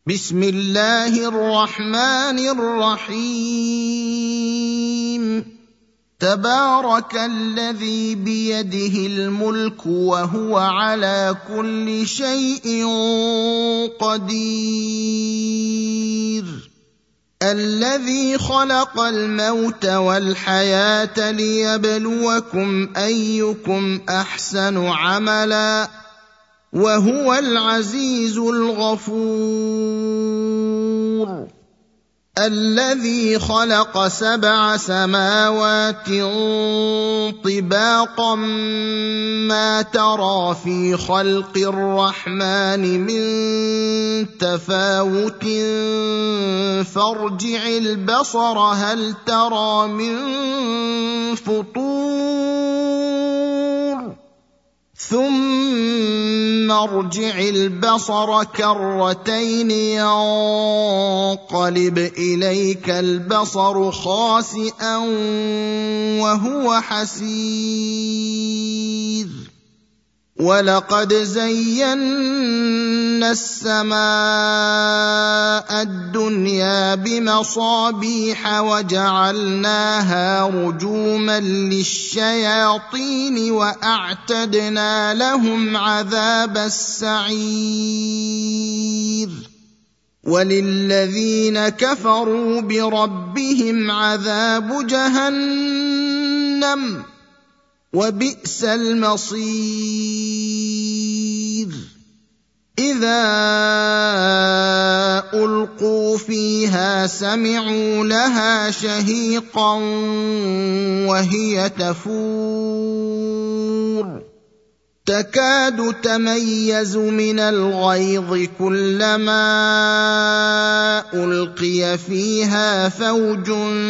بسم الله الرحمن الرحيم تبارك الذي بيده الملك وهو على كل شيء قدير الذي خلق الموت والحياة ليبلوكم أيكم أحسن عملا وهو العزيز الغفور الذي خلق 7 سماوات طباقا ما ترى في خلق الرحمن من تفاوت فارجع البصر هل ترى من فطور ثم ارجع البصر كرتين ينقلب إليك البصر خاسئا وهو حسير ولقد زينا السماء الدنيا بمصابيح وجعلناها رجوما للشياطين وأعتدنا لهم عذاب السعير وللذين كفروا بربهم عذاب جهنم وبئس المصير إذا ألقوا فيها سمعوا لها شهيقا وهي تفور تكاد تميز من الغيظ كلما ألقي فيها فوج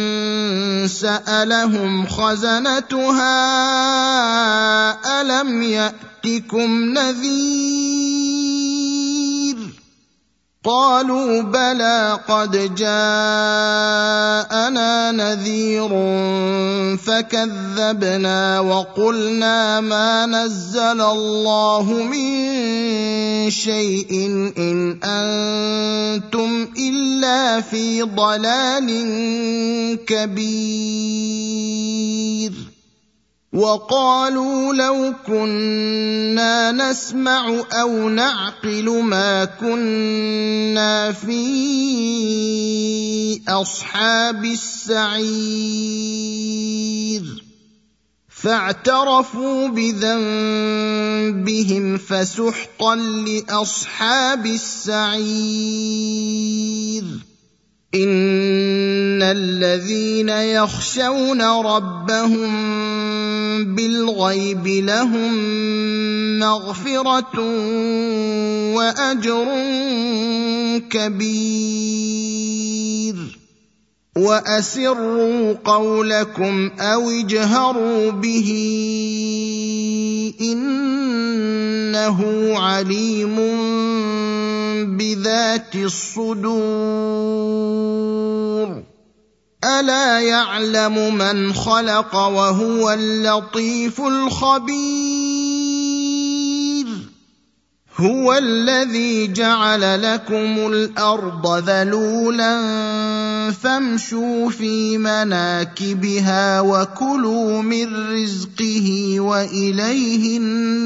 سألهم خزنتها ألم يأتكم نذير قالوا بلى قد جاءنا نذير فكذبنا وقلنا ما نزل الله من شيء إن أنتم إلا في ضلال كبير وقالوا لو كنا نسمع أو نعقل ما كنا في أصحاب السعير فاعترفوا بذنبهم فسحقا لأصحاب السعير إن الذين يخشون ربهم بالغيب لهم مغفرة وأجر كبير وأسروا قولكم أو اجهروا به إنه عليم بذات الصدور ألا يعلم من خلق وهو اللطيف الخبير هو الذي جعل لكم الأرض ذلولا فامشوا في مناكبها وكلوا من رزقه وإليه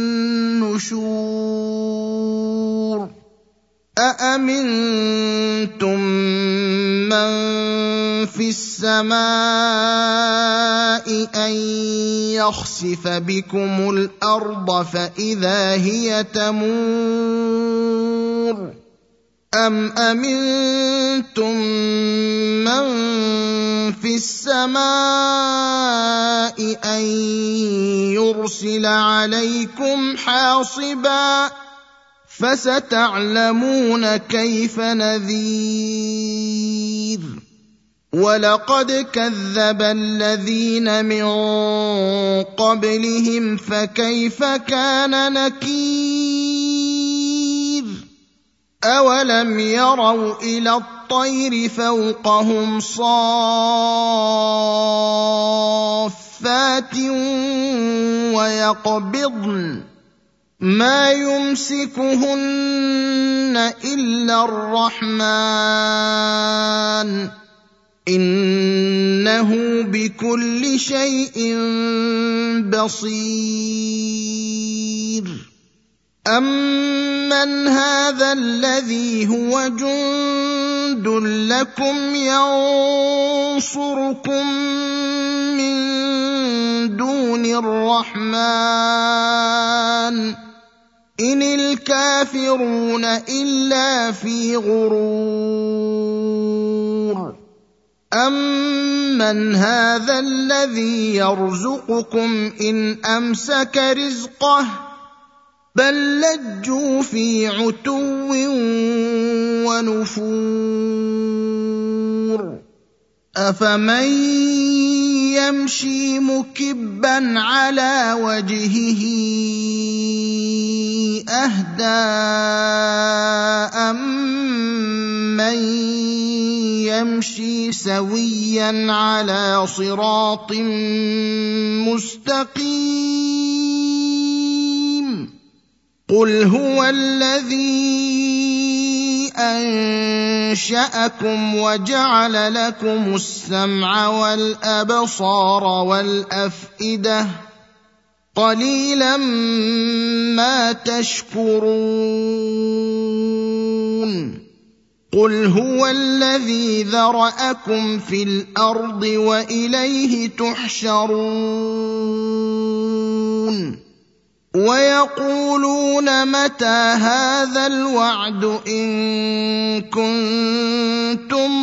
النشور أأمنتم من في السماء أن يخسف بكم الأرض فإذا هي تمور أم أمنتم من في السماء أن يرسل عليكم حاصبا فستعلمون كيف نذير ولقد كذب الذين من قبلهم فكيف كان نكير أولم يروا إلى الطير فوقهم صافات ويقبضن ما يمسكهن إلا الرحمن إنه بكل شيء بصير أمن هذا الذي هو جند لكم ينصركم من دون الرحمن إن الكافرون إلا في غرور أمن هذا الذي يرزقكم إن أمسك رزقه بل لجوا في عتو ونفور أفمن يمشي مكبا على وجهه أهدى أمن يمشي سويا على صراط مستقيم قل هو الذي أنشأكم وجعل لكم السمع والأبصار والأفئدة قليلا ما تشكرون قل هو الذي ذرأكم في الأرض وإليه تحشرون ويقولون متى هذا الوعد إن كنتم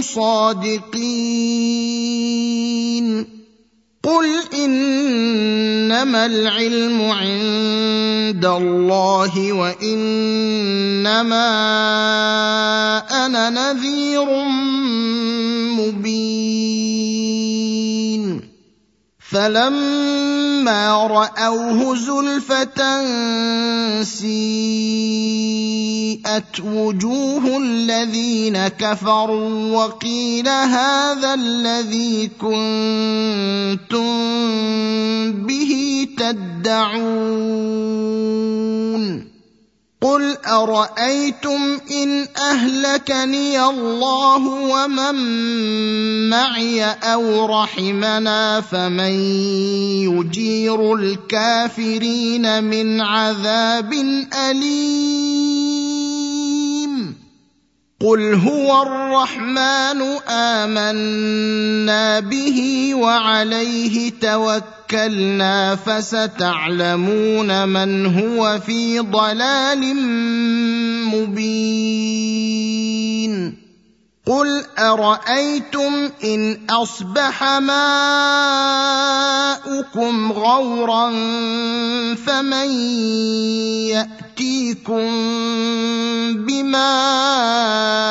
صادقين قل إنما العلم عند الله وإنما أنا نذير مبين فلما رأوه زلفة سيئت وجوه الذين كفروا وقيل هذا الذي كنتم به تدعون قل أرأيتم إن أهلكني الله ومن معي أو رحمنا فمن يجير الكافرين من عذاب أليم قل هو الرحمن آمنا به وعليه توكلنا فستعلمون من هو في ضلال مبين قل أرأيتم إن أصبح ماؤكم غورا فمن يأتيكم بماء